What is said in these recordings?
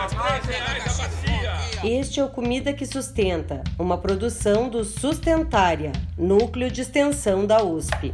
Este é o Comida que Sustenta, uma produção do Sustentária, Núcleo de Extensão da USP.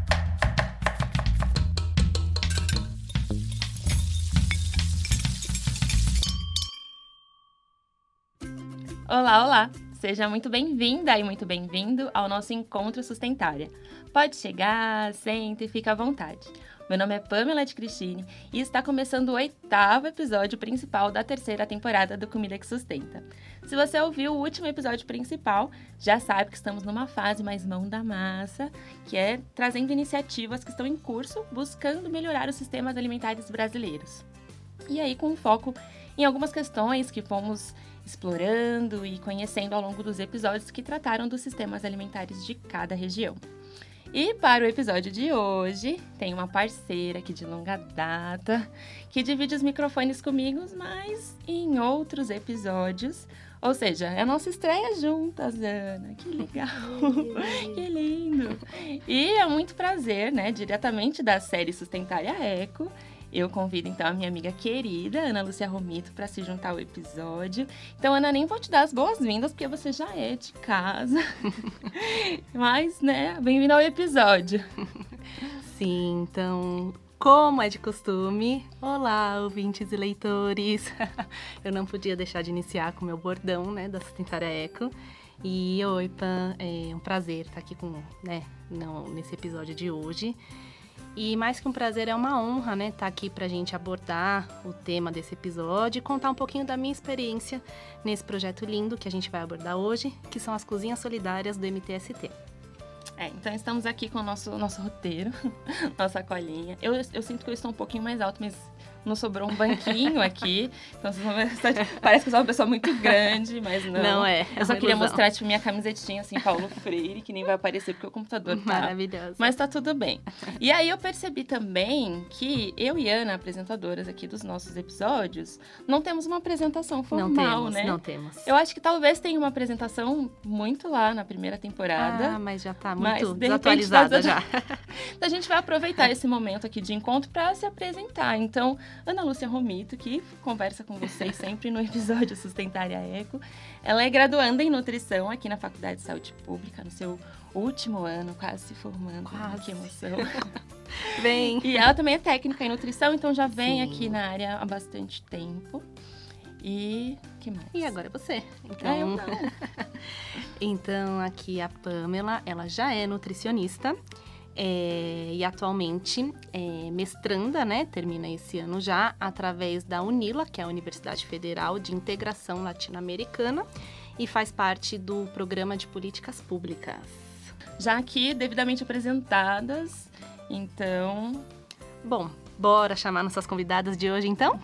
Olá, olá! Seja muito bem-vinda e muito bem-vindo ao nosso Encontro Sustentária. Pode chegar, senta e fica à vontade. Meu nome é Pamela de Cristine e está começando o 8º episódio principal da 3ª temporada do Comida que Sustenta. Se você ouviu o último episódio principal, já sabe que estamos numa fase mais mão da massa, que é trazendo iniciativas que estão em curso, buscando melhorar os sistemas alimentares brasileiros. E aí com foco em algumas questões que fomos explorando e conhecendo ao longo dos episódios que trataram dos sistemas alimentares de cada região. E para o episódio de hoje, tem uma parceira aqui de longa data que divide os microfones comigo, mas em outros episódios. Ou seja, é a nossa estreia juntas, Ana. Que legal! Que lindo! E é muito prazer, né? Diretamente da série Sustentária Eco, eu convido, então, a minha amiga querida, Ana Lúcia Romito, para se juntar ao episódio. Então, Ana, nem vou te dar as boas-vindas, porque você já é de casa. Mas, né, bem-vinda ao episódio. Sim, então, como é de costume, olá, ouvintes e leitores. Eu não podia deixar de iniciar com o meu bordão, né, da Sustentária Eco. E, oi, Pan, é um prazer estar aqui nesse episódio de hoje. E mais que um prazer, é uma honra, né, estar aqui para a gente abordar o tema desse episódio e contar um pouquinho da minha experiência nesse projeto lindo que a gente vai abordar hoje, que são as Cozinhas Solidárias do MTST. Então estamos aqui com o nosso roteiro, nossa colinha. Eu sinto que eu estou um pouquinho mais alto, mas não sobrou um banquinho aqui. Então parece que eu sou uma pessoa muito grande, mas não. Não é. Eu só queria mostrar minha camisetinha, assim, Paulo Freire, que nem vai aparecer porque o computador tá... Maravilhoso. Mas tá tudo bem. E aí eu percebi também que eu e Ana, apresentadoras aqui dos nossos episódios, não temos uma apresentação formal, né? Não temos. Eu acho que talvez tenha uma apresentação muito lá na primeira temporada. Ah, mas já tá muito desatualizada já. Então a gente vai aproveitar esse momento aqui de encontro para se apresentar. Então, Ana Lúcia Romito, que conversa com vocês sempre no episódio Sustentária Eco. Ela é graduanda em nutrição aqui na Faculdade de Saúde Pública, no seu último ano, quase se formando. Quase. Que emoção. Vem. E ela também é técnica em nutrição, então já vem Sim. aqui na área há bastante tempo. E que mais? E agora é você. Então, eu não. Então, aqui a Pamela, ela já é nutricionista e atualmente é mestranda, né? Termina esse ano já, através da UNILA, que é a Universidade Federal de Integração Latino-Americana, e faz parte do Programa de Políticas Públicas. Já aqui, devidamente apresentadas, então... Bom, bora chamar nossas convidadas de hoje, então?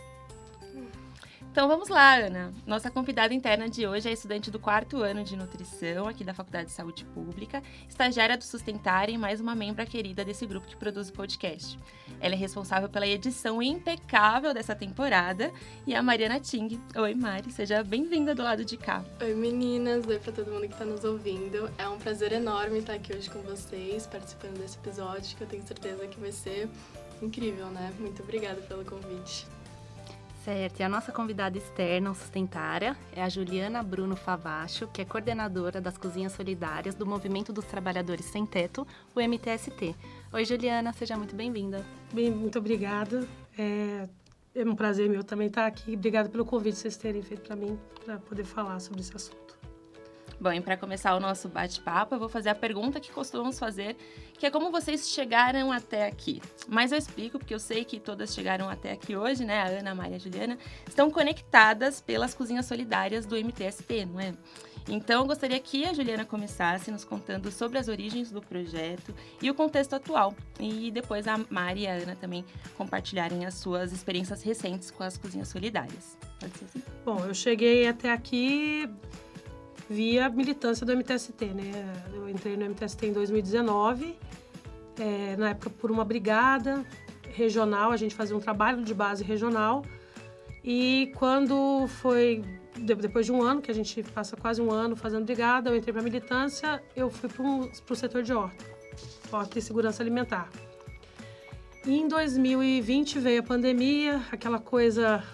Então vamos lá, Ana. Nossa convidada interna de hoje é estudante do 4º ano de nutrição aqui da Faculdade de Saúde Pública, estagiária do Sustentária e mais uma membra querida desse grupo que produz o podcast. Ela é responsável pela edição impecável dessa temporada e a Mariana Ting. Oi, Mari, seja bem-vinda do lado de cá. Oi, meninas. Oi pra todo mundo que está nos ouvindo. É um prazer enorme estar aqui hoje com vocês, participando desse episódio, que eu tenho certeza que vai ser incrível, né? Muito obrigada pelo convite. Certo, e a nossa convidada externa Sustentária é a Juliana Bruno Favacho, que é coordenadora das Cozinhas Solidárias do Movimento dos Trabalhadores Sem Teto, o MTST. Oi, Juliana, seja muito bem-vinda. Bem, muito obrigada. É um prazer meu também estar aqui. Obrigada pelo convite que vocês terem feito para mim, para poder falar sobre esse assunto. Bom, e para começar o nosso bate-papo, eu vou fazer a pergunta que costumamos fazer, que é como vocês chegaram até aqui. Mas eu explico, porque eu sei que todas chegaram até aqui hoje, né? A Ana, a Maria e a Juliana estão conectadas pelas Cozinhas Solidárias do MTST, não é? Então, eu gostaria que a Juliana começasse nos contando sobre as origens do projeto e o contexto atual. E depois a Mari e a Ana também compartilharem as suas experiências recentes com as Cozinhas Solidárias. Pode ser assim? Bom, eu cheguei até aqui via militância do MTST, né? Eu entrei no MTST em 2019, na época por uma brigada regional, a gente fazia um trabalho de base regional, e quando foi, depois de um ano, que a gente passa quase um ano fazendo brigada, eu entrei para a militância, eu fui para o setor de horta e segurança alimentar. E em 2020 veio a pandemia, aquela coisa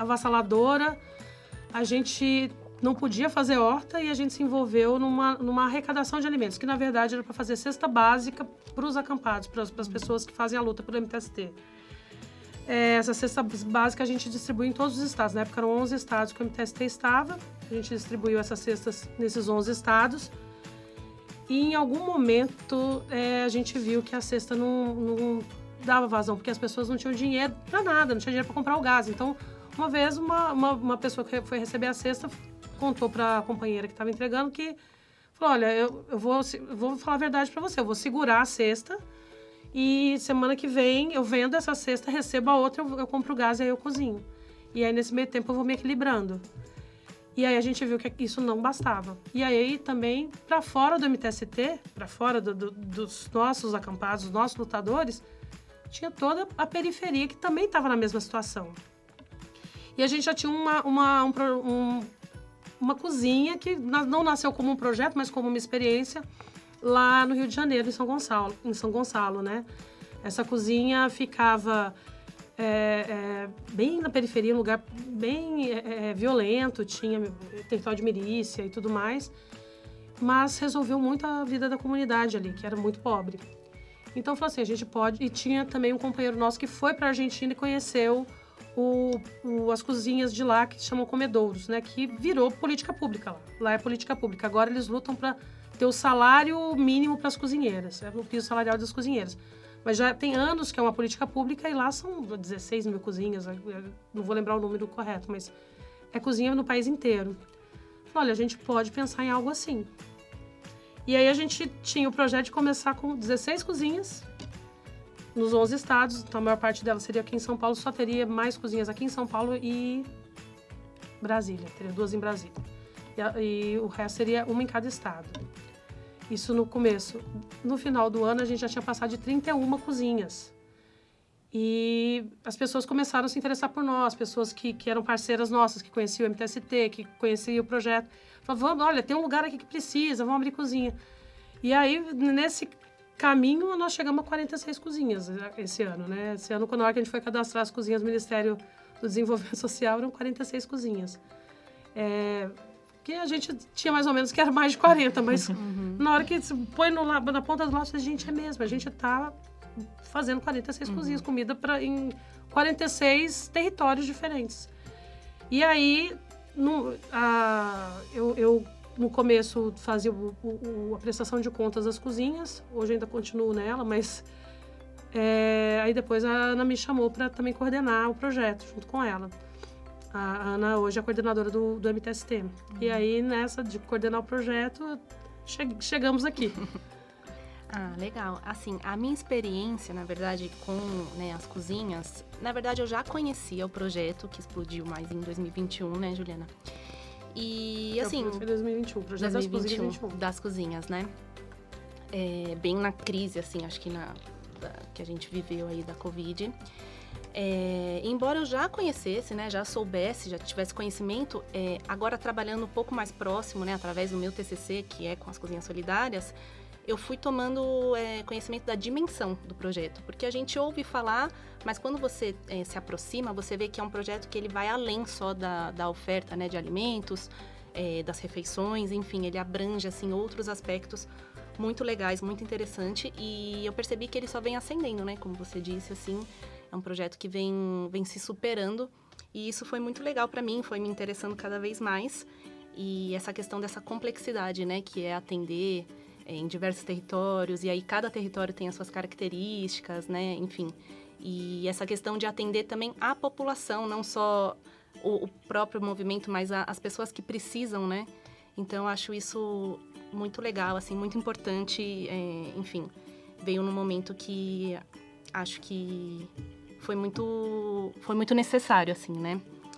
avassaladora. A gente não podia fazer horta e a gente se envolveu numa arrecadação de alimentos, que na verdade era para fazer cesta básica para os acampados, para as pessoas que fazem a luta pelo MTST. Essa cesta básica a gente distribui em todos os estados. Na época eram 11 estados que o MTST estava. A gente distribuiu essas cestas nesses 11 estados. E em algum momento a gente viu que a cesta não dava vazão, porque as pessoas não tinham dinheiro para nada, não tinha dinheiro para comprar o gás. Então, uma vez, uma pessoa que foi receber a cesta contou para a companheira que estava entregando que falou, olha, eu vou falar a verdade para você, eu vou segurar a cesta e semana que vem eu vendo essa cesta, recebo a outra, eu compro o gás e aí eu cozinho. E aí, nesse meio tempo, eu vou me equilibrando. E aí, a gente viu que isso não bastava. E aí, também, para fora do MTST, para fora dos nossos acampados, dos nossos lutadores, tinha toda a periferia que também estava na mesma situação. E a gente já tinha uma cozinha que não nasceu como um projeto, mas como uma experiência lá no Rio de Janeiro, em São Gonçalo, né? Essa cozinha ficava bem na periferia, um lugar bem violento, tinha território de milícia e tudo mais, mas resolveu muito a vida da comunidade ali, que era muito pobre. Então, falou assim, a gente pode... E tinha também um companheiro nosso que foi para a Argentina e conheceu as cozinhas de lá, que se chamam comedouros, né? Que virou política pública lá. Lá é política pública. Agora eles lutam para ter o salário mínimo para as cozinheiras. É o piso salarial das cozinheiras. Mas já tem anos que é uma política pública e lá são 16 mil cozinhas. Não vou lembrar o número correto, mas é cozinha no país inteiro. Olha, a gente pode pensar em algo assim. E aí a gente tinha o projeto de começar com 16 cozinhas nos 11 estados. Então a maior parte delas seria aqui em São Paulo. Só teria mais cozinhas aqui em São Paulo e Brasília. Teria 2 em Brasília. E o resto seria uma em cada estado. Isso no começo. No final do ano, a gente já tinha passado de 31 cozinhas. E as pessoas começaram a se interessar por nós, pessoas que eram parceiras nossas, que conheciam o MTST, que conheciam o projeto. Falavam, olha, tem um lugar aqui que precisa, vamos abrir cozinha. E aí, nesse caminho, nós chegamos a 46 cozinhas esse ano, né? Esse ano, quando a gente foi cadastrar as cozinhas do Ministério do Desenvolvimento Social, eram 46 cozinhas. Que a gente tinha mais ou menos que era mais de 40, mas na hora que põe na ponta do lápis, a gente é mesmo. A gente está fazendo 46 cozinhas, comida em 46 territórios diferentes. E aí, eu no começo fazia a prestação de contas das cozinhas, hoje ainda continuo nela, mas aí depois a Ana me chamou para também coordenar o projeto junto com ela. A Ana hoje é a coordenadora do MTST. E aí, nessa de coordenar o projeto, chegamos aqui. Ah, legal. Assim, a minha experiência, na verdade, com as cozinhas... Na verdade, eu já conhecia o projeto, que explodiu mais em 2021, né, Juliana? E, assim... Foi 2021, o projeto 2021, das cozinhas, né? Bem na crise, assim, acho que que a gente viveu aí da Covid. Embora eu já conhecesse, né, já soubesse, já tivesse conhecimento, agora trabalhando um pouco mais próximo, né, através do meu TCC, que é com as cozinhas solidárias, eu fui tomando conhecimento da dimensão do projeto, porque a gente ouve falar, mas quando você se aproxima, você vê que é um projeto que ele vai além só da oferta, né, de alimentos, das refeições, enfim, ele abrange assim outros aspectos muito legais, muito interessante, e eu percebi que ele só vem ascendendo, né, como você disse, assim. É um projeto que vem se superando e isso foi muito legal para mim, foi me interessando cada vez mais. E essa questão dessa complexidade, né, que é atender em diversos territórios, e aí cada território tem as suas características, né, enfim. E essa questão de atender também a população, não só o próprio movimento, mas as pessoas que precisam, né. Então, eu acho isso muito legal, assim, muito importante, enfim. Veio num momento que acho que foi muito necessário, assim, né?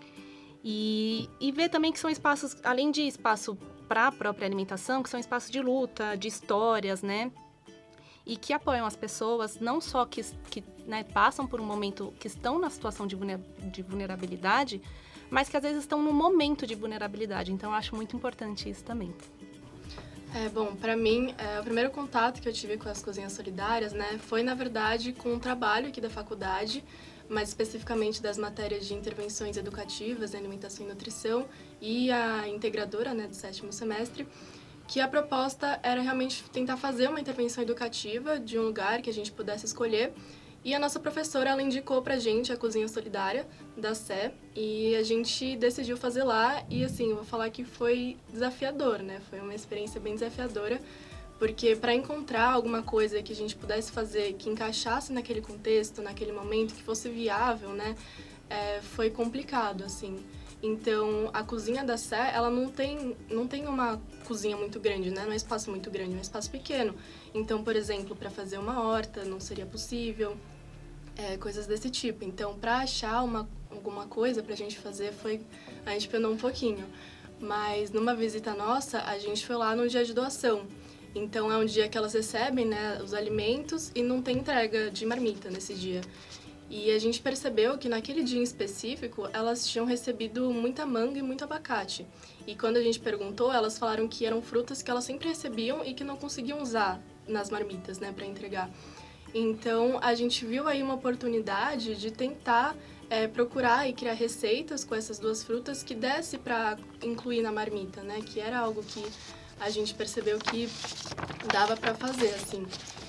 E ver também que são espaços, além de espaço para a própria alimentação, que são espaços de luta, de histórias, né? E que apoiam as pessoas, não só que né, passam por um momento, que estão na situação de vulnerabilidade, mas que às vezes estão no momento de vulnerabilidade. Então, eu acho muito importante isso também. Bom, para mim, o primeiro contato que eu tive com as cozinhas solidárias, né, foi, na verdade, com um trabalho aqui da faculdade, mais especificamente das matérias de intervenções educativas, alimentação e nutrição, e a integradora, né, do 7º semestre, que a proposta era realmente tentar fazer uma intervenção educativa de um lugar que a gente pudesse escolher. E a nossa professora, ela indicou pra gente a Cozinha Solidária da Sé, e a gente decidiu fazer lá, e assim, eu vou falar que foi desafiador, né? Foi uma experiência bem desafiadora, porque para encontrar alguma coisa que a gente pudesse fazer que encaixasse naquele contexto, naquele momento, que fosse viável, né? Foi complicado, assim. Então, a Cozinha da Sé, ela não tem uma cozinha muito grande, né? Não é um espaço muito grande, é um espaço pequeno. Então, por exemplo, para fazer uma horta não seria possível, coisas desse tipo. Então, para achar alguma coisa pra gente fazer, a gente penou um pouquinho. Mas, numa visita nossa, a gente foi lá no dia de doação. Então, é um dia que elas recebem, né, os alimentos e não tem entrega de marmita nesse dia. E a gente percebeu que naquele dia em específico, elas tinham recebido muita manga e muito abacate. E quando a gente perguntou, elas falaram que eram frutas que elas sempre recebiam e que não conseguiam usar nas marmitas, né, para entregar. Então, a gente viu aí uma oportunidade de tentar procurar e criar receitas com essas duas frutas que desse para incluir na marmita, né, que era algo que a gente percebeu que dava para fazer, assim.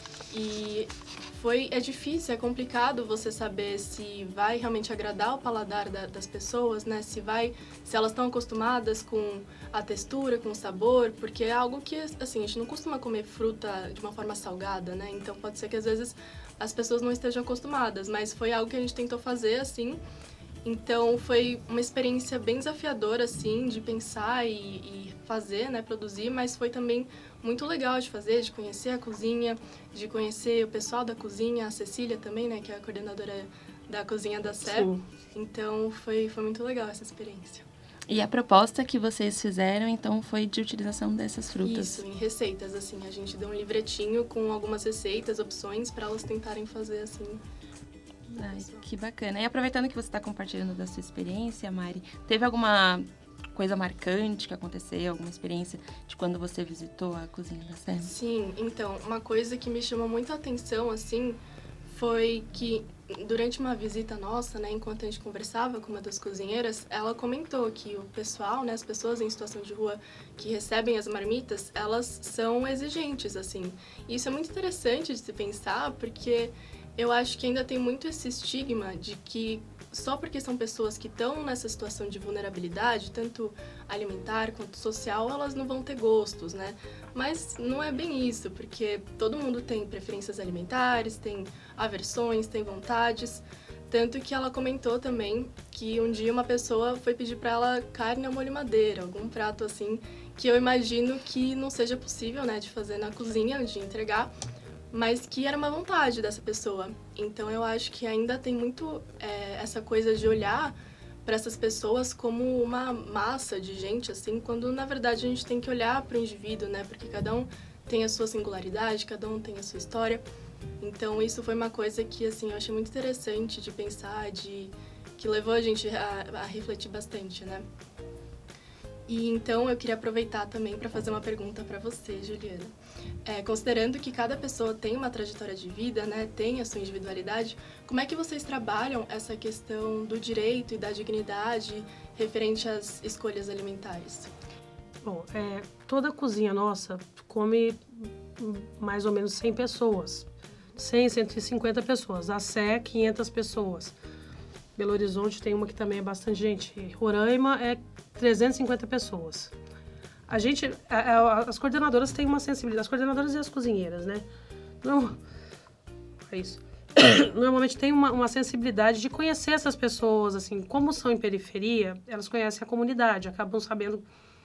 E é difícil, é complicado você saber se vai realmente agradar o paladar das pessoas, né? Se elas estão acostumadas com a textura, com o sabor, porque é algo que, assim, a gente não costuma comer fruta de uma forma salgada, né? Então pode ser que às vezes as pessoas não estejam acostumadas, mas foi algo que a gente tentou fazer, assim. Então foi uma experiência bem desafiadora, assim, de pensar e fazer, né, produzir, mas foi também muito legal de fazer, de conhecer a cozinha, de conhecer o pessoal da cozinha, a Cecília também, né, que é a coordenadora da Cozinha da Sé. Sim. Então foi muito legal essa experiência. E a proposta que vocês fizeram, então, foi de utilização dessas frutas? Isso, em receitas, assim, a gente deu um livretinho com algumas receitas, opções, para elas tentarem fazer, assim. Ai, que bacana. E aproveitando que você está compartilhando da sua experiência, Mari, teve alguma coisa marcante que aconteceu, alguma experiência de quando você visitou a Cozinha da Sé? Sim, então, uma coisa que me chamou muita atenção, assim, foi que durante uma visita nossa, né, enquanto a gente conversava com uma das cozinheiras, ela comentou que o pessoal, né, as pessoas em situação de rua que recebem as marmitas, elas são exigentes, assim. E isso é muito interessante de se pensar, porque eu acho que ainda tem muito esse estigma de que só porque são pessoas que estão nessa situação de vulnerabilidade, tanto alimentar quanto social, elas não vão ter gostos, né? Mas não é bem isso, porque todo mundo tem preferências alimentares, tem aversões, tem vontades. Tanto que ela comentou também que um dia uma pessoa foi pedir para ela carne ao molho madeira, algum prato assim, que eu imagino que não seja possível, né, de fazer na cozinha, de entregar, mas que era uma vontade dessa pessoa. Então eu acho que ainda tem muito essa coisa de olhar para essas pessoas como uma massa de gente, assim, quando na verdade a gente tem que olhar para o indivíduo, né? Porque cada um tem a sua singularidade, cada um tem a sua história. Então isso foi uma coisa que, assim, eu achei muito interessante de pensar, que levou a gente a refletir bastante, né? E então eu queria aproveitar também para fazer uma pergunta para você, Juliana. Considerando que cada pessoa tem uma trajetória de vida, né, tem a sua individualidade, como é que vocês trabalham essa questão do direito e da dignidade referente às escolhas alimentares? Bom, toda a cozinha nossa come mais ou menos 100 pessoas. 100, 150 pessoas. A Sé, 500 pessoas. Belo Horizonte tem uma que também é bastante gente. Roraima é 350 pessoas. A gente, as coordenadoras têm uma sensibilidade, as coordenadoras e as cozinheiras, né? Não, é isso. Normalmente tem uma sensibilidade de conhecer essas pessoas, assim, como são em periferia, elas conhecem a comunidade, acabam sabendo.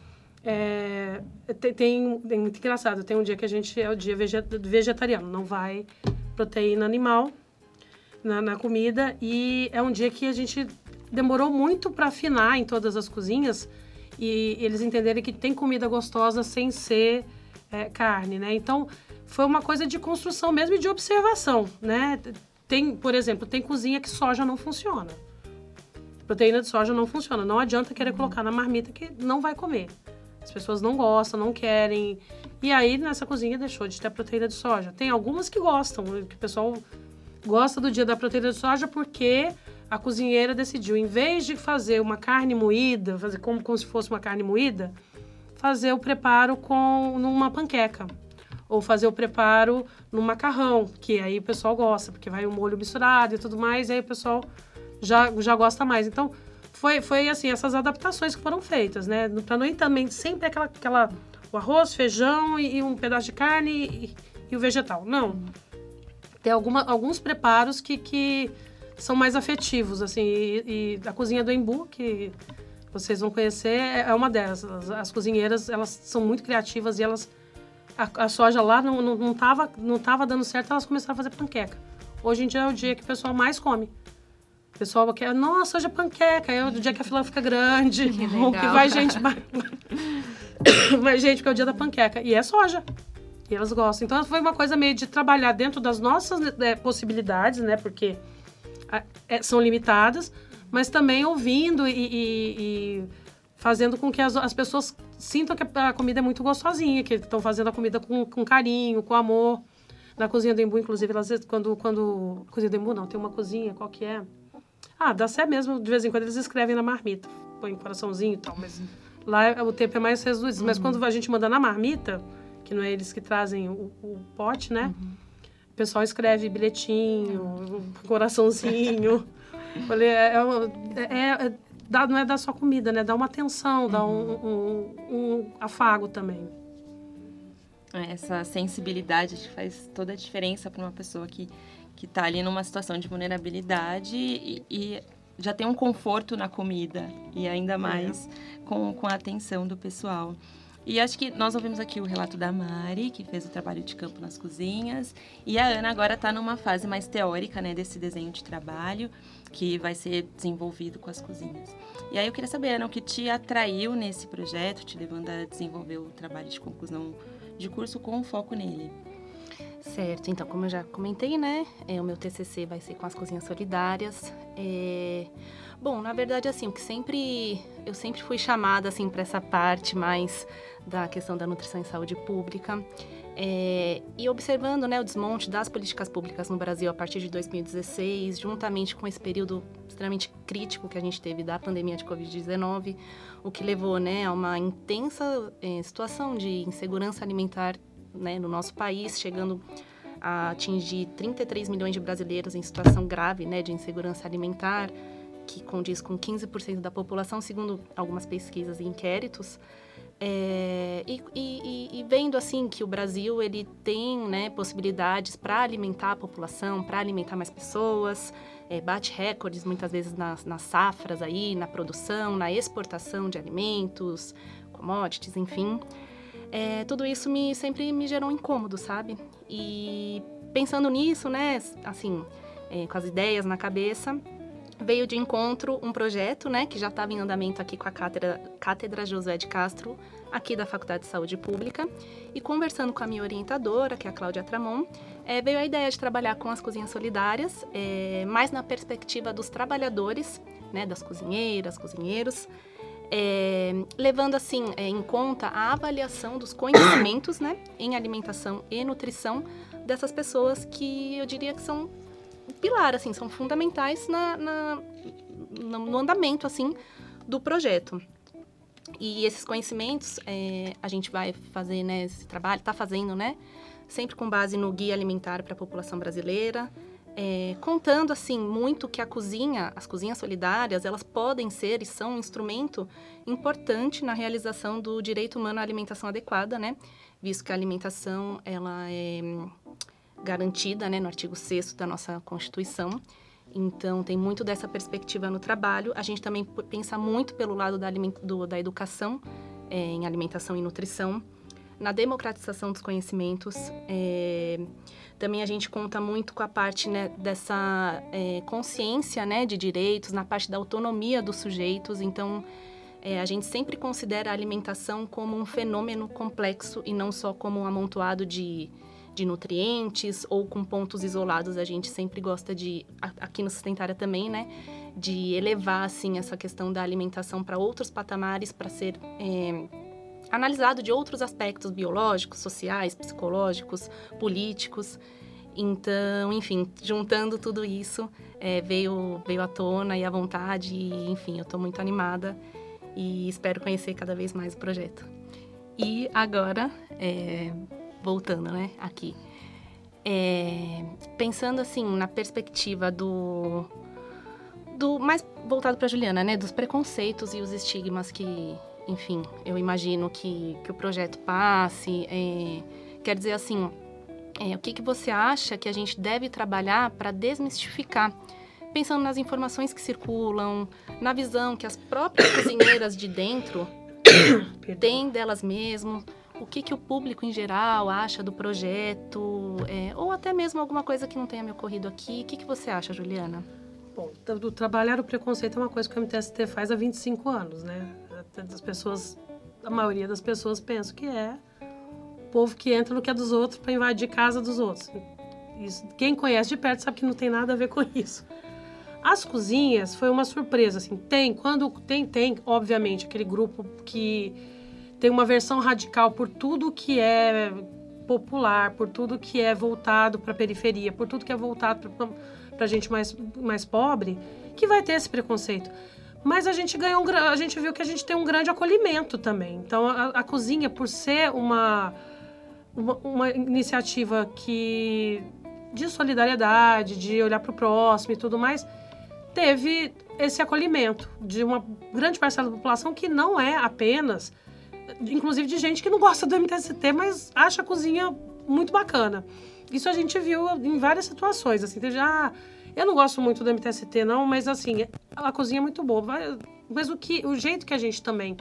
É muito engraçado, tem um dia que a gente é o dia vegetariano, não vai proteína animal na comida, e é um dia que a gente demorou muito para afinar em todas as cozinhas e eles entenderem que tem comida gostosa sem ser carne, né? Então, foi uma coisa de construção mesmo e de observação, né? Por exemplo, tem cozinha que soja não funciona. Proteína de soja não funciona. Não adianta querer colocar na marmita que não vai comer, As pessoas não gostam, não querem. E aí, nessa cozinha, deixou de ter a proteína de soja. Tem algumas que gostam, que o pessoal gosta do dia da proteína de soja porque a cozinheira decidiu, em vez de fazer uma carne moída, fazer como se fosse uma carne moída, fazer o preparo numa panqueca. Ou fazer o preparo no macarrão, que aí o pessoal gosta, porque vai o molho misturado e tudo mais, e aí o pessoal já gosta mais. Então, foi assim, essas adaptações que foram feitas, né? Para não ir também sempre o arroz, feijão e um pedaço de carne e o vegetal. Não. Tem alguns preparos que são mais afetivos, assim, e a cozinha do Embu, que vocês vão conhecer, é uma dessas. As cozinheiras, elas são muito criativas e elas... A soja lá não tava dando certo, elas começaram a fazer panqueca. Hoje em dia é o dia que o pessoal mais come. O pessoal quer, nossa, hoje é panqueca. É o dia que a fila fica grande, ou que vai gente... vai gente, porque é o dia da panqueca. E é soja. E elas gostam. Então, foi uma coisa meio de trabalhar dentro das nossas possibilidades, né? Porque são limitadas, mas também ouvindo e fazendo com que as pessoas sintam que a comida é muito gostosinha, que estão fazendo a comida com carinho, com amor. Na cozinha do Embu, inclusive, às vezes, quando... Cozinha do Embu, não, tem uma cozinha, qual que é? Da Sé mesmo, de vez em quando eles escrevem na marmita. Põe um coraçãozinho e tal, mas lá o tempo é mais reduzido. Mas quando a gente manda na marmita, que não é eles que trazem o pote, né? O pessoal escreve bilhetinho, coraçãozinho. Não é dar só comida, né? Dá uma atenção, dá um afago também. Essa sensibilidade acho que faz toda a diferença para uma pessoa que está ali numa situação de vulnerabilidade e já tem um conforto na comida. E ainda mais com a atenção do pessoal. E acho que nós ouvimos aqui o relato da Mari, que fez o trabalho de campo nas cozinhas. E a Ana agora está numa fase mais teórica, né, desse desenho de trabalho, que vai ser desenvolvido com as cozinhas. E aí eu queria saber, Ana, o que te atraiu nesse projeto, te levando a desenvolver o trabalho de conclusão de curso com foco nele? Certo, então, como eu já comentei, né, o meu TCC vai ser com as cozinhas solidárias. Bom, na verdade, assim, eu sempre fui chamada, assim, para essa parte mais da questão da nutrição e saúde pública. E observando, né, o desmonte das políticas públicas no Brasil a partir de 2016, juntamente com esse período extremamente crítico que a gente teve da pandemia de Covid-19, o que levou, né, a uma intensa situação de insegurança alimentar, né, no nosso país, chegando a atingir 33 milhões de brasileiros em situação grave, né, de insegurança alimentar, que condiz com 15% da população, segundo algumas pesquisas e inquéritos. E vendo assim que o Brasil ele tem, né, possibilidades para alimentar a população, para alimentar mais pessoas, bate recordes muitas vezes nas safras aí, na produção, na exportação de alimentos, commodities, enfim. Tudo isso sempre me gerou um incômodo, sabe? E pensando nisso, né, assim, com as ideias na cabeça, veio de encontro um projeto, né, que já estava em andamento aqui com a Cátedra Josué de Castro, aqui da Faculdade de Saúde Pública, e conversando com a minha orientadora, que é a Cláudia Tramon, veio a ideia de trabalhar com as cozinhas solidárias, mais na perspectiva dos trabalhadores, né, das cozinheiras, cozinheiros, levando assim em conta a avaliação dos conhecimentos, né, em alimentação e nutrição dessas pessoas que eu diria que são pilar, assim, são fundamentais no andamento assim do projeto. E esses conhecimentos a gente vai fazer, né, esse trabalho, está fazendo, né, sempre com base no Guia Alimentar para a População Brasileira, contando assim muito que as cozinhas solidárias, elas podem ser e são um instrumento importante na realização do direito humano à alimentação adequada, né, visto que a alimentação ela é garantida, né, no artigo 6º da nossa Constituição. Então, tem muito dessa perspectiva no trabalho. A gente também pensa muito pelo lado da educação em alimentação e nutrição, na democratização dos conhecimentos. Também a gente conta muito com a parte, né, dessa consciência, né, de direitos, na parte da autonomia dos sujeitos. Então, a gente sempre considera a alimentação como um fenômeno complexo e não só como um amontoado de nutrientes ou com pontos isolados. A gente sempre gosta aqui no Sustentária também, né, de elevar, assim, essa questão da alimentação para outros patamares, para ser analisado de outros aspectos biológicos, sociais, psicológicos, políticos. Então, enfim, juntando tudo isso, veio à tona e à vontade. E, enfim, eu estou muito animada e espero conhecer cada vez mais o projeto. E agora, voltando, né, aqui. Pensando, assim, na perspectiva do mais voltado para a Juliana, né, dos preconceitos e os estigmas que, enfim, eu imagino que o projeto passe. Quer dizer, assim, o que você acha que a gente deve trabalhar para desmistificar? Pensando nas informações que circulam, na visão que as próprias cozinheiras de dentro têm delas mesmas, o que o público em geral acha do projeto, ou até mesmo alguma coisa que não tenha me ocorrido aqui. O que você acha, Juliana? Bom, trabalhar o preconceito é uma coisa que o MTST faz há 25 anos, né? A maioria das pessoas pensa que é o povo que entra no que é dos outros para invadir a casa dos outros. Isso, quem conhece de perto sabe que não tem nada a ver com isso. As cozinhas foi uma surpresa, assim, tem, obviamente, aquele grupo que tem uma versão radical por tudo que é popular, por tudo que é voltado para a periferia, por tudo que é voltado para gente mais pobre, que vai ter esse preconceito. Mas a gente viu que a gente tem um grande acolhimento também. Então, a cozinha, por ser uma iniciativa de solidariedade, de olhar para o próximo e tudo mais, teve esse acolhimento de uma grande parcela da população que não é apenas, inclusive de gente que não gosta do MTST, mas acha a cozinha muito bacana. Isso a gente viu em várias situações, assim, eu não gosto muito do MTST não, mas assim, a cozinha é muito boa, mas o jeito que a gente também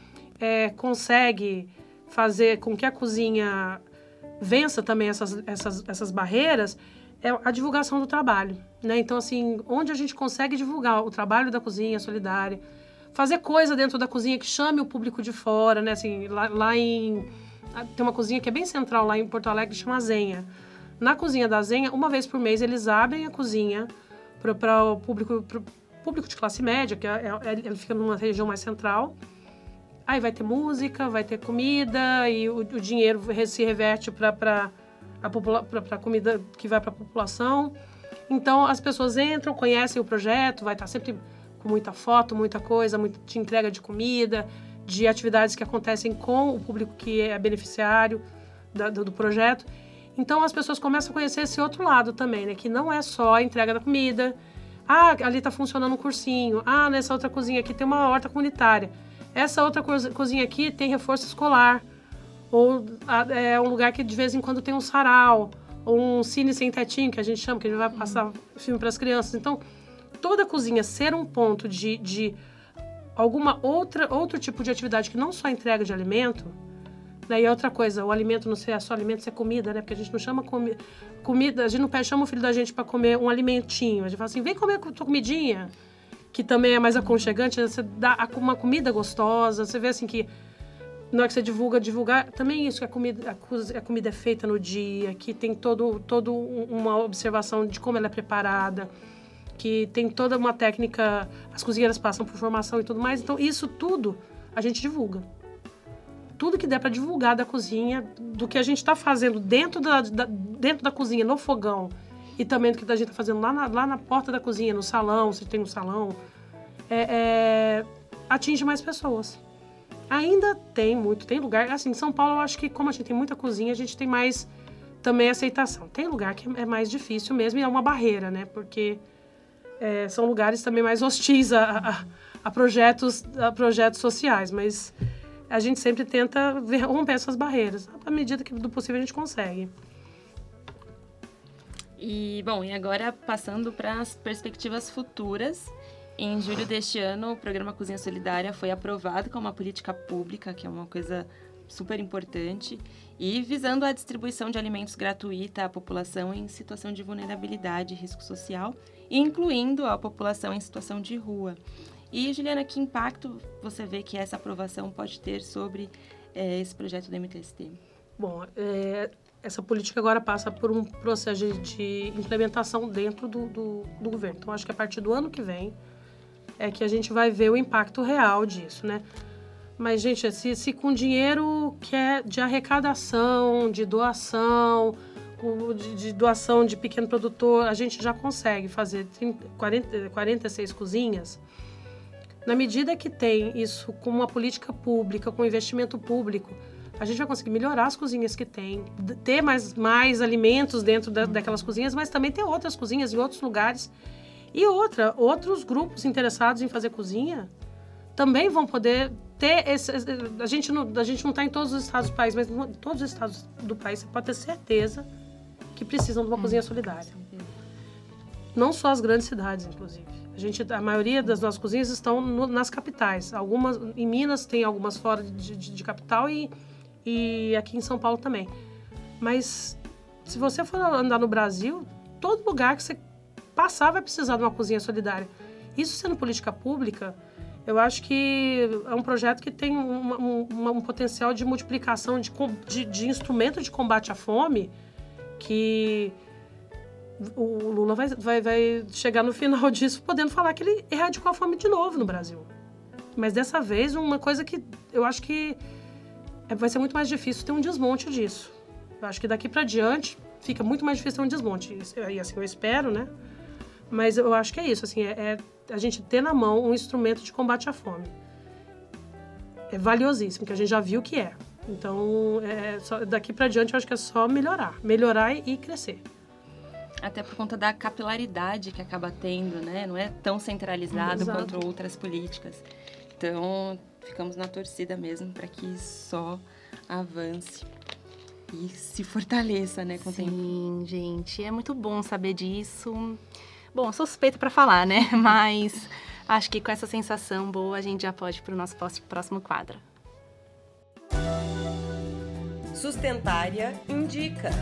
consegue fazer com que a cozinha vença também essas barreiras é a divulgação do trabalho, né? Então, assim, onde a gente consegue divulgar o trabalho da cozinha solidária, fazer coisa dentro da cozinha que chame o público de fora, né? Assim, tem uma cozinha que é bem central lá em Porto Alegre, que chama Zenha. Na cozinha da Zenha, uma vez por mês, eles abrem a cozinha para o público de classe média, que ele fica numa região mais central. Aí vai ter música, vai ter comida e o dinheiro se reverte para a comida que vai para a população. Então, as pessoas entram, conhecem o projeto, vai estar sempre com muita foto, muita coisa, de entrega de comida, de atividades que acontecem com o público que é beneficiário do projeto. Então, as pessoas começam a conhecer esse outro lado também, né? Que não é só a entrega da comida. Ali está funcionando um cursinho. Nessa outra cozinha aqui tem uma horta comunitária. Essa outra cozinha aqui tem reforço escolar. Ou é um lugar que de vez em quando tem um sarau. Ou um cine sem tetinho, que a gente chama, que a gente vai passar filme para as crianças. Então, toda cozinha ser um ponto de outro tipo de atividade que não só entrega de alimento. Daí outra coisa, o alimento não ser só alimento, ser comida, né? Porque a gente não chama comida, a gente não chama o filho da gente para comer um alimentinho. A gente fala assim, vem comer tua comidinha, que também é mais aconchegante. Você dá uma comida gostosa, você vê assim que na hora que você divulgar também isso, que a comida é feita no dia, que tem todo uma observação de como ela é preparada, que tem toda uma técnica, as cozinheiras passam por formação e tudo mais. Então, isso tudo a gente divulga. Tudo que der para divulgar da cozinha, do que a gente está fazendo dentro da cozinha, no fogão, e também do que a gente está fazendo lá na porta da cozinha, no salão, se tem um salão, atinge mais pessoas. Ainda tem lugar, assim, em São Paulo eu acho que como a gente tem muita cozinha, a gente tem mais também aceitação. Tem lugar que é mais difícil mesmo e é uma barreira, né? Porque são lugares também mais hostis a projetos sociais, mas a gente sempre tenta romper essas barreiras. À medida que do possível a gente consegue. E agora passando para as perspectivas futuras. Em julho deste ano, o programa Cozinha Solidária foi aprovado como uma política pública, que é uma coisa super importante, e visando a distribuição de alimentos gratuita à população em situação de vulnerabilidade e risco social, incluindo a população em situação de rua. E, Juliana, que impacto você vê que essa aprovação pode ter sobre esse projeto do MTST? Bom, essa política agora passa por um processo de implementação dentro do governo. Então, acho que a partir do ano que vem é que a gente vai ver o impacto real disso, né? Mas, gente, se com dinheiro que é de arrecadação, de doação, de doação de pequeno produtor, a gente já consegue fazer 46 cozinhas. Na medida que tem isso com uma política pública, com investimento público, a gente vai conseguir melhorar as cozinhas que tem, ter mais alimentos dentro daquelas cozinhas, mas também ter outras cozinhas em outros lugares. E outros grupos interessados em fazer cozinha também vão poder ter a gente não está em todos os estados do país, mas em todos os estados do país você pode ter certeza que precisam de uma cozinha solidária. Não só as grandes cidades, inclusive. A maioria das nossas cozinhas estão nas capitais. Algumas em Minas, tem algumas fora de capital e aqui em São Paulo também. Mas se você for andar no Brasil, todo lugar que você passar vai precisar de uma cozinha solidária. Isso sendo política pública, eu acho que é um projeto que tem um potencial de multiplicação de instrumento de combate à fome, que o Lula vai chegar no final disso podendo falar que ele erradicou a fome de novo no Brasil. Mas dessa vez, uma coisa que eu acho que vai ser muito mais difícil ter um desmonte disso. Eu acho que daqui para diante fica muito mais difícil ter um desmonte. E assim eu espero, né? Mas eu acho que é isso, assim, é a gente ter na mão um instrumento de combate à fome. É valiosíssimo, que a gente já viu que é. Então, daqui para diante, eu acho que é só melhorar e crescer. Até por conta da capilaridade que acaba tendo, né? Não é tão centralizado quanto outras políticas. Então, ficamos na torcida mesmo para que só avance e se fortaleça, né? Com o tempo. Sim, gente, é muito bom saber disso. Bom, sou suspeita para falar, né? Mas acho que com essa sensação boa, a gente já pode ir para o nosso próximo quadro. Sustentária indica.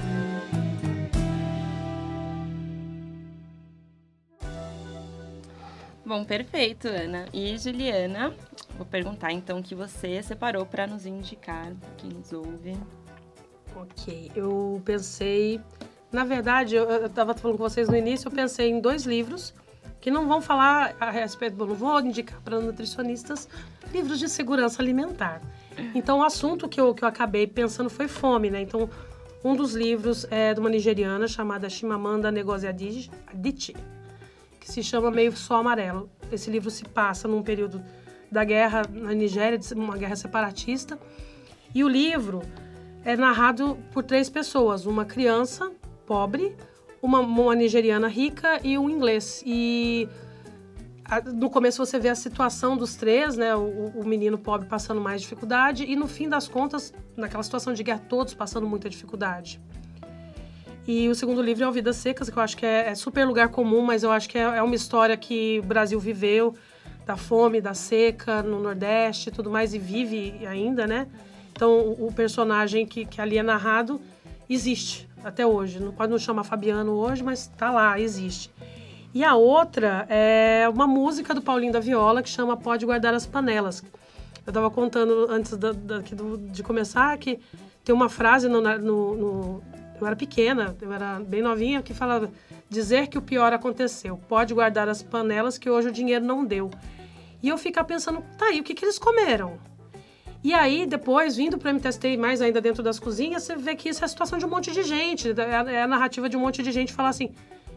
Bom, perfeito, Ana. E Juliana, vou perguntar então o que você separou para nos indicar, para quem nos ouve. Ok, eu pensei... Na verdade, eu estava falando com vocês no início, eu pensei em 2 livros que não vão falar a respeito... Não vou indicar para nutricionistas livros de segurança alimentar. Então, o assunto que eu acabei pensando foi fome, né? Então, um dos livros é de uma nigeriana chamada Chimamanda Ngozi Adichie, que se chama Meio Sol Amarelo. Esse livro se passa num período da guerra na Nigéria, uma guerra separatista. E o livro é narrado por 3 pessoas, uma criança pobre, uma nigeriana rica e um inglês. E no começo você vê a situação dos 3, né? O menino pobre passando mais dificuldade e no fim das contas, naquela situação de guerra, todos passando muita dificuldade. E o segundo livro é O Vidas Secas, que eu acho que é super lugar comum, mas eu acho que é uma história que o Brasil viveu, da fome, da seca no Nordeste e tudo mais, e vive ainda, né? Então, o personagem que ali é narrado existe até hoje. Não pode não chamar Fabiano hoje, mas tá lá, existe. E a outra é uma música do Paulinho da Viola que chama Pode Guardar as Panelas. Eu estava contando antes de começar que tem uma frase eu era pequena, eu era bem novinha, que falava: dizer que o pior aconteceu, pode guardar as panelas que hoje o dinheiro não deu. E eu ficava pensando, tá aí, o que eles comeram? E aí, depois, vindo para o MTST, mais ainda dentro das cozinhas, você vê que isso é a situação de um monte de gente, é a narrativa de um monte de gente falar assim,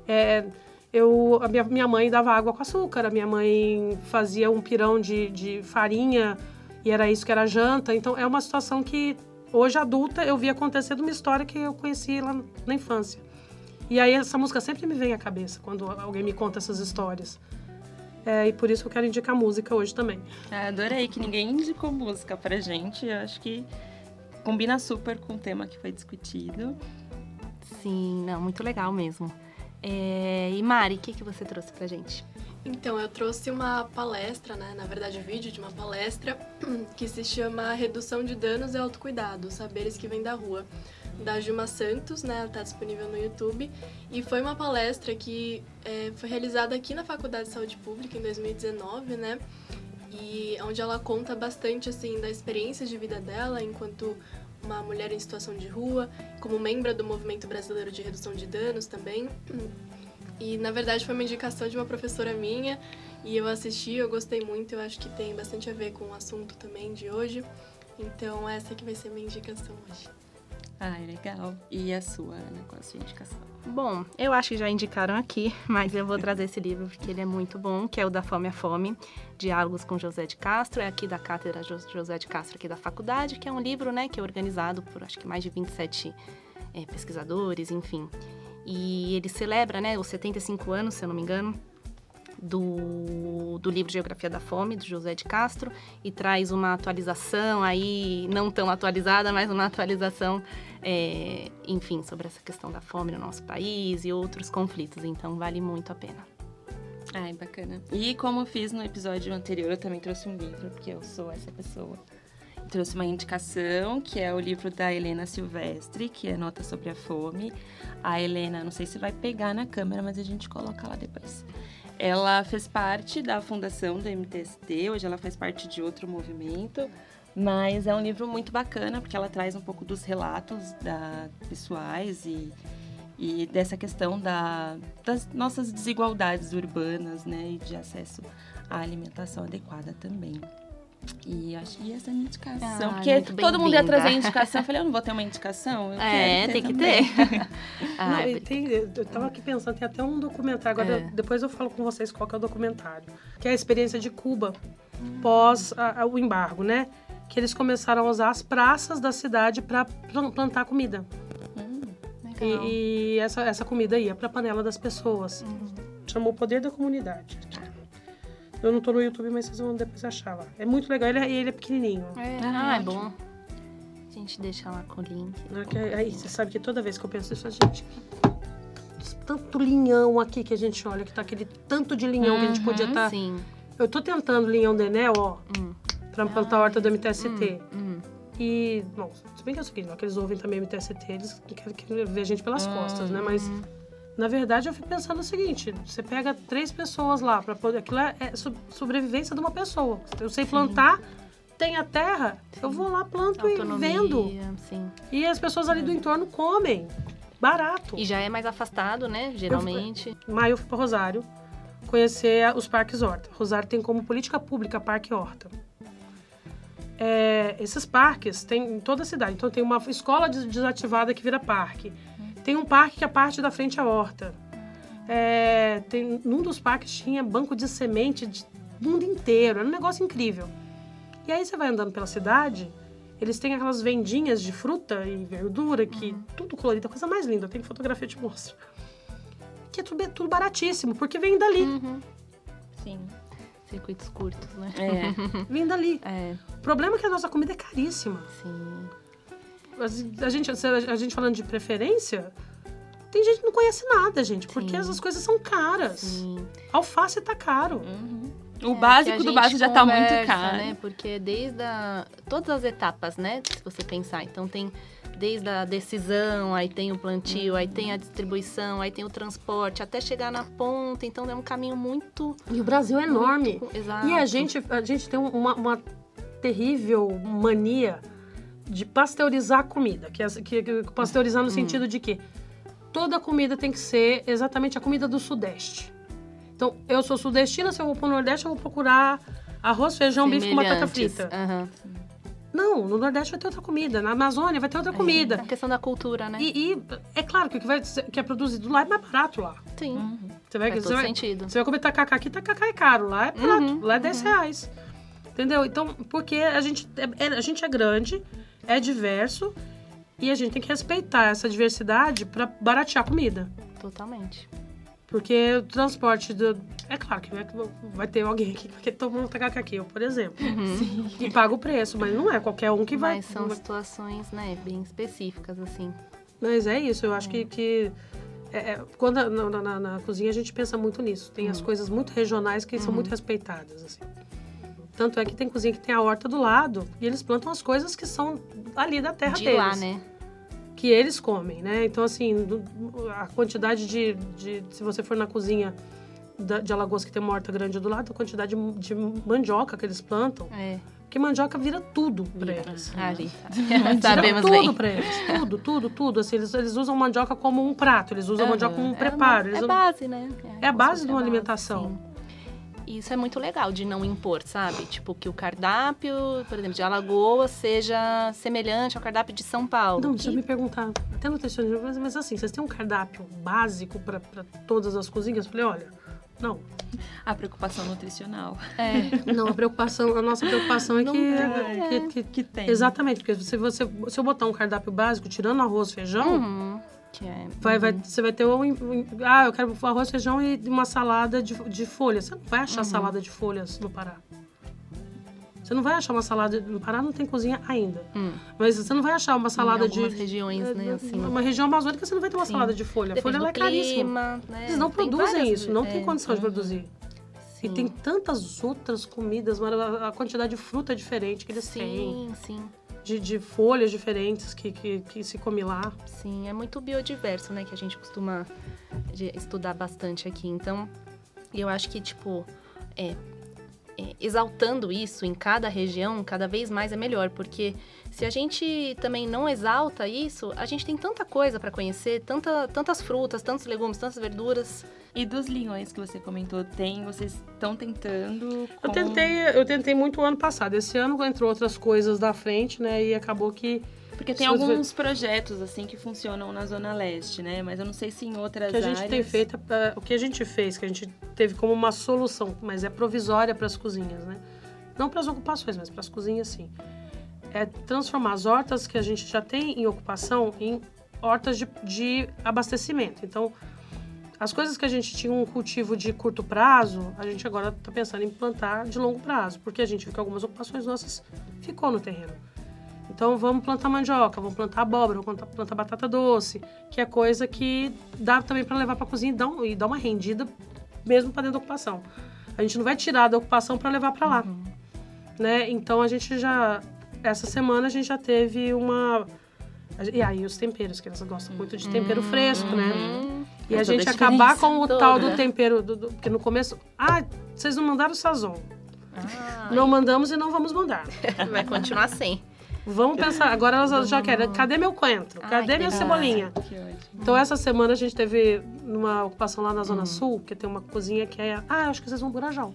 a minha mãe dava água com açúcar, a minha mãe fazia um pirão de farinha e era isso que era janta. Então, é uma situação que, hoje adulta, eu vi acontecer de uma história que eu conheci lá na infância. E aí, essa música sempre me vem à cabeça quando alguém me conta essas histórias. E por isso eu quero indicar música hoje também. Adorei que ninguém indicou música pra gente. Eu acho que combina super com o tema que foi discutido. Sim, não, muito legal mesmo. E Mari, o que você trouxe pra gente? Então, eu trouxe uma palestra, né? Na verdade, vídeo de uma palestra que se chama Redução de Danos e Autocuidado, Saberes que Vêm da Rua, da Gilma Santos, né? Ela está disponível no YouTube. E foi uma palestra que foi realizada aqui na Faculdade de Saúde Pública em 2019, né? E onde ela conta bastante, assim, da experiência de vida dela enquanto uma mulher em situação de rua, como membro do Movimento Brasileiro de Redução de Danos também. E, na verdade, foi uma indicação de uma professora minha E eu assisti, eu gostei muito, eu acho que tem bastante a ver com o assunto também de hoje. Então, essa que vai ser minha indicação hoje. Ai, legal. E a sua, Ana, qual a sua indicação? Bom, eu acho que já indicaram aqui, mas eu vou trazer esse livro porque ele é muito bom, que é o Da Fome à Fome, Diálogos com José de Castro, é aqui da Cátedra José de Castro, aqui da faculdade, que é um livro, né, que é organizado por, acho que mais de 27 pesquisadores, enfim. E ele celebra, né, os 75 anos, se eu não me engano, do livro Geografia da Fome, do José de Castro, e traz uma atualização aí, não tão atualizada, mas uma atualização, enfim, sobre essa questão da fome no nosso país e outros conflitos. Então, vale muito a pena. Ai, bacana. E como eu fiz no episódio anterior, eu também trouxe um livro, porque eu sou essa pessoa. Eu trouxe uma indicação, que é o livro da Helena Silvestre, que é Nota sobre a Fome. A Helena, não sei se vai pegar na câmera, mas a gente coloca lá depois. Ela fez parte da fundação do MTST, hoje ela faz parte de outro movimento, mas é um livro muito bacana, porque ela traz um pouco dos relatos pessoais e dessa questão das nossas desigualdades urbanas, né, e de acesso à alimentação adequada também. E achei essa minha indicação, porque todo mundo ia trazer indicação, eu falei, eu não vou ter uma indicação? Tem que ter. Eu tava aqui pensando, tem até um documentário, agora depois eu falo com vocês qual que é o documentário, que é a experiência de Cuba pós o embargo, né? Que eles começaram a usar as praças da cidade para plantar comida. E essa comida ia para a panela das pessoas. Chamou o Poder da Comunidade. Eu não tô no YouTube, mas vocês vão depois achar lá. É muito legal, ele é pequenininho. É bom. A gente deixa lá com o link. Aí você sabe que toda vez que eu penso isso, gente, tanto linhão aqui que a gente olha, que tá aquele tanto de linhão que a gente podia estar... Sim. Eu tô tentando linhão do Enel, ó, pra plantar a horta do MTST. E, bom, se bem que é o seguinte, que eles ouvem também o MTST, eles querem ver a gente pelas costas, né? Mas... Na verdade, eu fico pensando o seguinte, você pega 3 pessoas lá para poder... Aquilo é sobrevivência de uma pessoa. Eu sei plantar, tem a terra, eu vou lá, planto e vendo. Sim. E as pessoas ali do entorno comem. Barato. E já é mais afastado, né? Geralmente. Eu fui para Rosário conhecer os parques horta. Rosário tem como política pública parque horta. Esses parques tem em toda a cidade. Então, tem uma escola desativada que vira parque. Tem um parque que a parte da frente é horta. Num dos parques tinha banco de semente de mundo inteiro. Era um negócio incrível. E aí você vai andando pela cidade, eles têm aquelas vendinhas de fruta e verdura, que tudo colorido, a coisa mais linda. Tem fotografia, eu te mostro. Que é tudo baratíssimo, porque vem dali. Sim. Circuitos curtos, né? Vem dali. O problema é que a nossa comida é caríssima. Sim. A gente falando de preferência, tem gente que não conhece nada, gente, porque essas coisas são caras. Sim. Alface tá caro. O básico do básico já tá muito caro. Né? Porque desde todas as etapas, né? Se você pensar. Então, tem desde a decisão, aí tem o plantio, aí tem a distribuição, aí tem o transporte, até chegar na ponta. Então, é um caminho muito... E o Brasil é enorme. Exato. E a gente tem uma terrível mania de pasteurizar a comida. Que pasteurizar no sentido de que toda comida tem que ser exatamente a comida do Sudeste. Então, eu sou sudestina, se eu vou pro Nordeste, eu vou procurar arroz, feijão, bife com batata frita. Não, no Nordeste vai ter outra comida. Na Amazônia vai ter outra comida. É a questão da cultura, né? E é claro que o que é produzido lá é mais barato lá. Sim. Faz todo sentido. Você vai comer tacacá aqui, tacacá é caro. Lá é barato. Lá é R$10. Entendeu? Então, porque a gente é grande, é diverso, e a gente tem que respeitar essa diversidade para baratear a comida. Totalmente. Porque o transporte... É claro que vai ter alguém aqui que todo mundo tacar aqui, eu, por exemplo. E paga o preço, mas não é qualquer um que vai... Mas são situações, né, bem específicas, assim. Mas é isso, eu acho que quando na cozinha a gente pensa muito nisso. Tem as coisas muito regionais que são muito respeitadas, assim. Tanto é que tem cozinha que tem a horta do lado e eles plantam as coisas que são ali da terra deles. De lá, né? Que eles comem, né? Então, assim, a quantidade de... Se você for na cozinha de Alagoas, que tem uma horta grande do lado, a quantidade de mandioca que eles plantam. Porque mandioca vira tudo pra eles. Sabemos tudo bem. Pra eles. Tudo. Assim, eles usam mandioca como um prato, eles usam mandioca como um preparo. É base, né? É a base de uma alimentação. Sim. E isso é muito legal de não impor, sabe? Tipo, que o cardápio, por exemplo, de Alagoas seja semelhante ao cardápio de São Paulo. Não, deixa eu me perguntar, até nutricionista, mas assim, vocês têm um cardápio básico para todas as cozinhas? Eu falei, olha, não. A preocupação nutricional. Não, a nossa preocupação é Que tem. Exatamente, porque se eu botar um cardápio básico, tirando arroz, feijão, você vai ter eu quero arroz, feijão e uma salada de folhas. Você não vai achar salada de folhas no Pará. Você não vai achar uma salada... No Pará não tem cozinha ainda. Mas você não vai achar uma salada de... Em algumas regiões, né? Assim, uma região amazônica, você não vai ter uma salada de folha. A folha ela é caríssima. Né? Eles não produzem várias, isso, não tem condição de produzir. Sim. E tem tantas outras comidas, a quantidade de fruta é diferente que eles têm. Sim. De folhas diferentes que se come lá. Sim, é muito biodiverso, né? Que a gente costuma estudar bastante aqui. Então, eu acho que, tipo... exaltando isso em cada região, cada vez mais é melhor, porque se a gente também não exalta isso, a gente tem tanta coisa para conhecer, tantas frutas, tantos legumes, tantas verduras. E dos linhões que você comentou, vocês estão tentando... Eu tentei muito o ano passado. Esse ano entrou outras coisas da frente, né, e acabou que... Porque tem alguns projetos, assim, que funcionam na Zona Leste, né? Mas eu não sei se em outras áreas... O que a gente fez, que a gente teve como uma solução, mas é provisória para as cozinhas, né? Não para as ocupações, mas para as cozinhas, sim. É transformar as hortas que a gente já tem em ocupação em hortas de abastecimento. Então, as coisas que a gente tinha um cultivo de curto prazo, a gente agora está pensando em plantar de longo prazo, porque a gente viu que algumas ocupações nossas ficou no terreno. Então, vamos plantar mandioca, vamos plantar abóbora, vamos plantar batata doce, que é coisa que dá também para levar para a cozinha e dar uma rendida mesmo para dentro da ocupação. A gente não vai tirar da ocupação para levar para lá, né? Então, essa semana a gente já teve uma... E aí, os temperos, que elas gostam muito de tempero fresco, né? E a gente acabar com o tal do tempero, porque no começo... vocês não mandaram o sazon. Não mandamos e não vamos mandar. Vai continuar sem. Vamos pensar, agora elas já querem, cadê meu coentro? Cadê minha cebolinha? Que ótimo. Então, essa semana a gente teve uma ocupação lá na Zona Sul, que tem uma cozinha que é... acho que vocês vão pro Gurajal.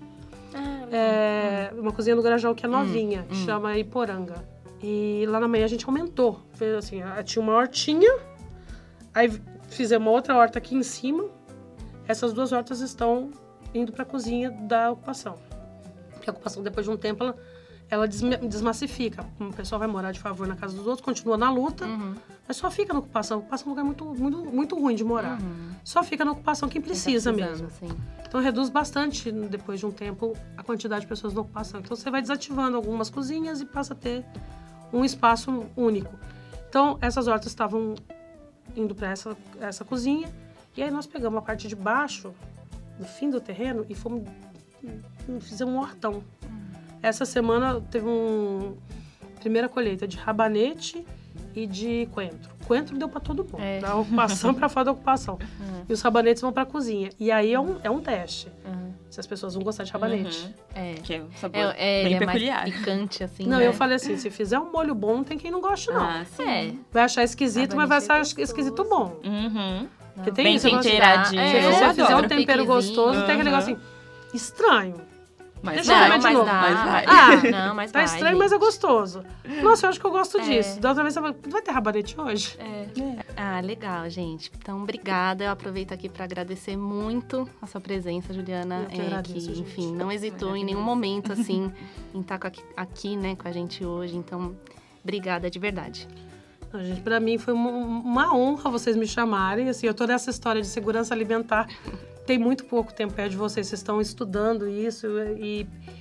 Uma cozinha no Gurajal que é novinha, chama Iporanga. E lá na manhã a gente aumentou. Fez assim, tinha uma hortinha, aí fizemos uma outra horta aqui em cima. Essas duas hortas estão indo para a cozinha da ocupação. Porque a ocupação, depois de um tempo, ela desmassifica. O pessoal vai morar de favor na casa dos outros, continua na luta, mas só fica na ocupação. A ocupação é um lugar muito, muito, muito ruim de morar. Só fica na ocupação quem precisa mesmo. Sim. Então, reduz bastante, depois de um tempo, a quantidade de pessoas na ocupação. Então, você vai desativando algumas cozinhas e passa a ter um espaço único. Então, essas hortas estavam indo para essa cozinha, e aí nós pegamos a parte de baixo, do fim do terreno, e fizemos um hortão. Essa semana teve primeira colheita de rabanete e de coentro. Coentro deu para todo mundo, da ocupação para fora da ocupação. E os rabanetes vão para a cozinha. E aí é um teste. Se as pessoas vão gostar de rabanete. Que é um sabor bem peculiar. Mais picante, assim. Não, né? eu falei assim, se fizer um molho bom, não tem quem não goste, não. Sim. Vai achar esquisito, mas vai achar esquisito bom. Porque tem bem isso. temperadinho. Se você fizer um adoro. tempero gostoso, tem aquele negócio assim, estranho. Mas Deixa eu comer de novo. Mas tá estranho, mas é gostoso. Nossa, eu acho que eu gosto disso. Da outra vez, vai ter rabanete hoje? Legal, gente. Então, obrigada. Eu aproveito aqui para agradecer muito a sua presença, Juliana. Eu que agradeço, gente. Enfim, não hesitou em nenhum momento, assim, em estar aqui, né, com a gente hoje. Então, obrigada de verdade. Não, gente, pra mim foi uma honra vocês me chamarem. Assim, eu tô nessa história de segurança alimentar. Tem muito pouco tempo perto de vocês estão estudando isso e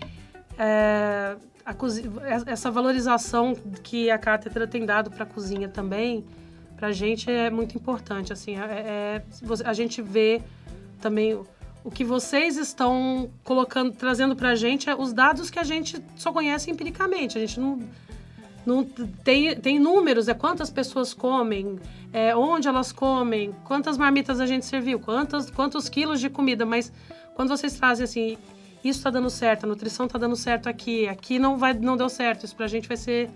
essa valorização que a cátedra tem dado para a cozinha também, para a gente é muito importante. Assim, a gente vê também o que vocês estão trazendo para a gente, os dados que a gente só conhece empiricamente. A gente não tem números, quantas pessoas comem, onde elas comem, quantas marmitas a gente serviu, quantos quilos de comida, mas quando vocês trazem assim, isso está dando certo, a nutrição está dando certo aqui não deu certo, isso pra gente vai ser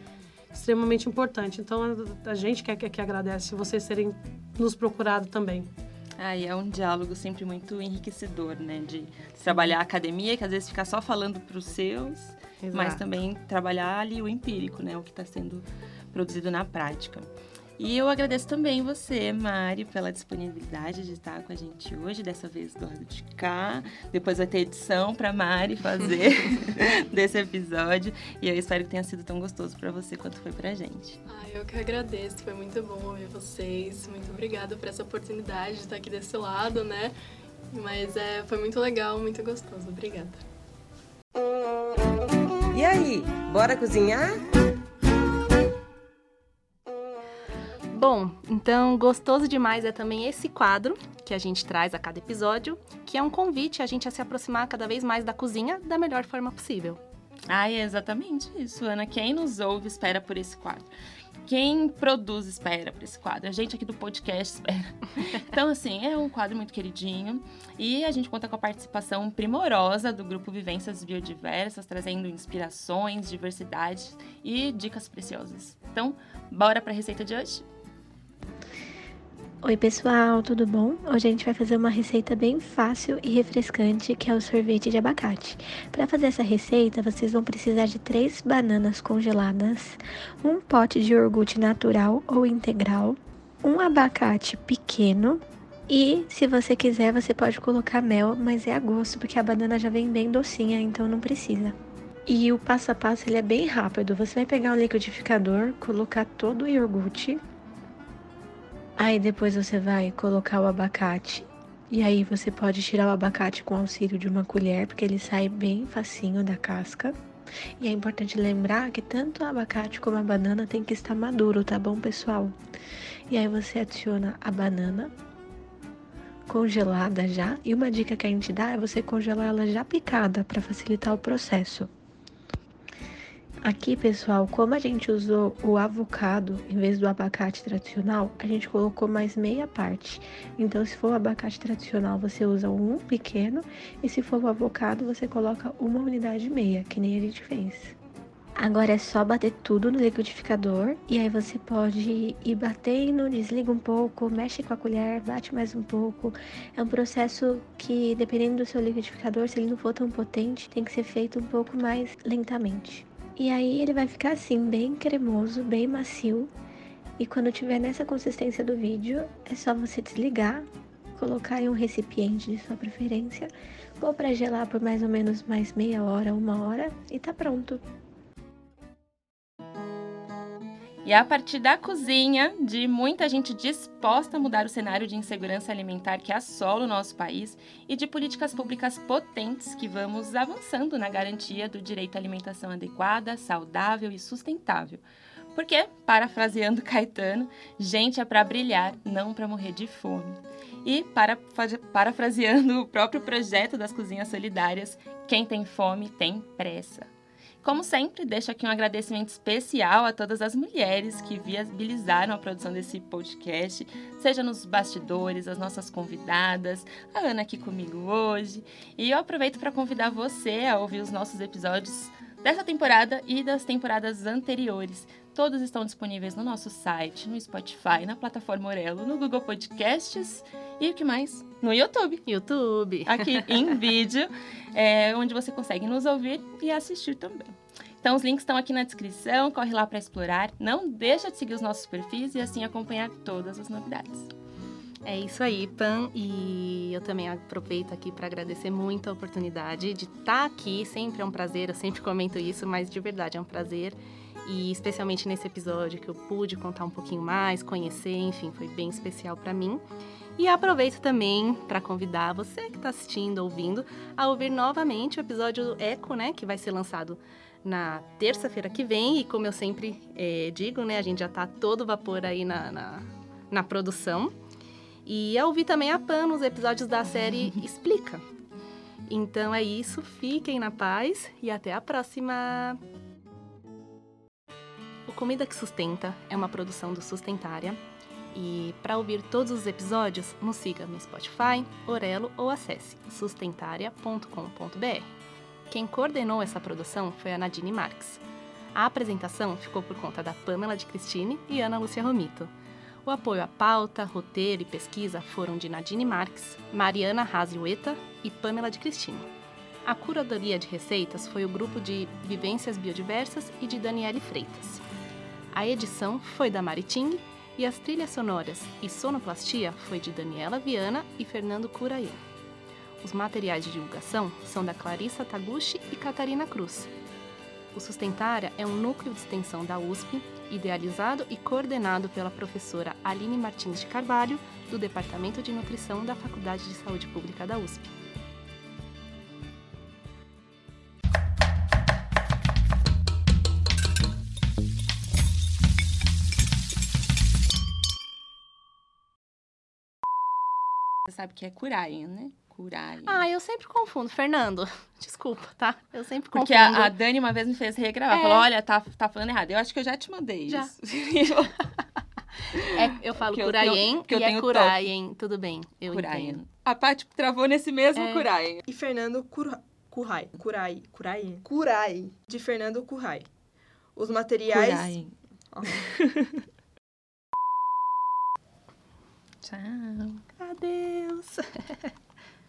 extremamente importante. Então, a gente que agradece vocês terem nos procurado também. Aí é um diálogo sempre muito enriquecedor, né? De trabalhar a academia, que às vezes fica só falando para os seus, Exato. mas também trabalhar ali o empírico, né? O que está sendo produzido na prática. E eu agradeço também você, Mari, pela disponibilidade de estar com a gente hoje, dessa vez do lado de cá. Depois vai ter edição para Mari fazer desse episódio. E eu espero que tenha sido tão gostoso para você quanto foi pra gente. Eu que agradeço, foi muito bom ouvir vocês. Muito obrigada por essa oportunidade de estar aqui desse lado, né? Mas foi muito legal, muito gostoso. Obrigada. E aí, bora cozinhar? Bom, então gostoso demais é também esse quadro que a gente traz a cada episódio, que é um convite a gente a se aproximar cada vez mais da cozinha da melhor forma possível. É exatamente isso, Ana. Quem nos ouve espera por esse quadro. Quem produz espera por esse quadro. A gente aqui do podcast espera. Então, assim, é um quadro muito queridinho. E a gente conta com a participação primorosa do Grupo Vivências Biodiversas, trazendo inspirações, diversidade e dicas preciosas. Então, bora para a receita de hoje? Oi pessoal, tudo bom? Hoje a gente vai fazer uma receita bem fácil e refrescante, que é o sorvete de abacate. Para fazer essa receita, vocês vão precisar de 3 bananas congeladas, um pote de iogurte natural ou integral, um abacate pequeno e, se você quiser, você pode colocar mel, mas é a gosto, porque a banana já vem bem docinha, então não precisa. E o passo a passo ele é bem rápido. Você vai pegar um liquidificador, colocar todo o iogurte. Aí depois você vai colocar o abacate, e aí você pode tirar o abacate com o auxílio de uma colher, porque ele sai bem facinho da casca. E é importante lembrar que tanto o abacate como a banana tem que estar maduro, tá bom, pessoal? E aí você adiciona a banana congelada já, e uma dica que a gente dá é você congelar ela já picada, para facilitar o processo. Aqui, pessoal, como a gente usou o avocado em vez do abacate tradicional, a gente colocou mais meia parte. Então, se for o abacate tradicional, você usa um pequeno, e se for o avocado, você coloca uma unidade e meia, que nem a gente fez. Agora é só bater tudo no liquidificador, e aí você pode ir batendo, desliga um pouco, mexe com a colher, bate mais um pouco. É um processo que, dependendo do seu liquidificador, se ele não for tão potente, tem que ser feito um pouco mais lentamente. E aí ele vai ficar assim, bem cremoso, bem macio. E quando tiver nessa consistência do vídeo, é só você desligar, colocar em um recipiente de sua preferência, ou para gelar por mais ou menos mais meia hora, 1 hora, e tá pronto. E a partir da cozinha, de muita gente disposta a mudar o cenário de insegurança alimentar que assola o nosso país e de políticas públicas potentes que vamos avançando na garantia do direito à alimentação adequada, saudável e sustentável. Porque, parafraseando Caetano, gente é para brilhar, não para morrer de fome. E, parafraseando o próprio projeto das cozinhas solidárias, quem tem fome tem pressa. Como sempre, deixo aqui um agradecimento especial a todas as mulheres que viabilizaram a produção desse podcast, seja nos bastidores, as nossas convidadas, a Ana aqui comigo hoje. E eu aproveito para convidar você a ouvir os nossos episódios dessa temporada e das temporadas anteriores. Todos estão disponíveis no nosso site, no Spotify, na plataforma Orelo, no Google Podcasts e o que mais? No YouTube. Aqui em vídeo, onde você consegue nos ouvir e assistir também. Então, os links estão aqui na descrição, corre lá para explorar. Não deixa de seguir os nossos perfis e assim acompanhar todas as novidades. É isso aí, Pam, e eu também aproveito aqui para agradecer muito a oportunidade de estar aqui. Sempre é um prazer, eu sempre comento isso, mas de verdade é um prazer. E especialmente nesse episódio que eu pude contar um pouquinho mais, conhecer, enfim, foi bem especial para mim. E aproveito também para convidar você que está assistindo, ouvindo, a ouvir novamente o episódio do Eco, né, que vai ser lançado na terça-feira que vem. E como eu sempre digo, né, a gente já está a todo vapor aí na produção. E a ouvir também a Pam nos episódios da série Explica. Então é isso, fiquem na paz e até a próxima! O Comida que Sustenta é uma produção do Sustentária. E para ouvir todos os episódios, nos siga no Spotify, Orelo ou acesse sustentaria.com.br. Quem coordenou essa produção foi a Nadine Marques. A apresentação ficou por conta da Pamela de Cristine e Ana Lúcia Romito. O apoio à pauta, roteiro e pesquisa foram de Nadine Marques, Mariana Raziueta e Pamela de Cristine. A curadoria de receitas foi o grupo de Vivências Biodiversas e de Daniele Freitas. A edição foi da Mari Ting e as trilhas sonoras e sonoplastia foi de Daniela Viana e Fernando Curaien. Os materiais de divulgação são da Clarissa Taguchi e Catarina Cruz. O Sustentária é um núcleo de extensão da USP, idealizado e coordenado pela professora Aline Martins de Carvalho, do Departamento de Nutrição da Faculdade de Saúde Pública da USP. Você sabe que é Curaien, né? Curaien. Eu sempre confundo. Fernando, desculpa, tá? Eu sempre Porque confundo. a Dani uma vez me fez regravar. Falou, olha, tá falando errado. Eu acho que eu já te mandei Já. isso. Eu falo Porque eu Curaien tenho- e é Curaien. Tudo bem, eu Curaien. entendo. A Paty travou nesse mesmo Curaien. E Fernando Currai. De Fernando Currai. Os materiais... Curaien. Ó. Tchau. Adeus.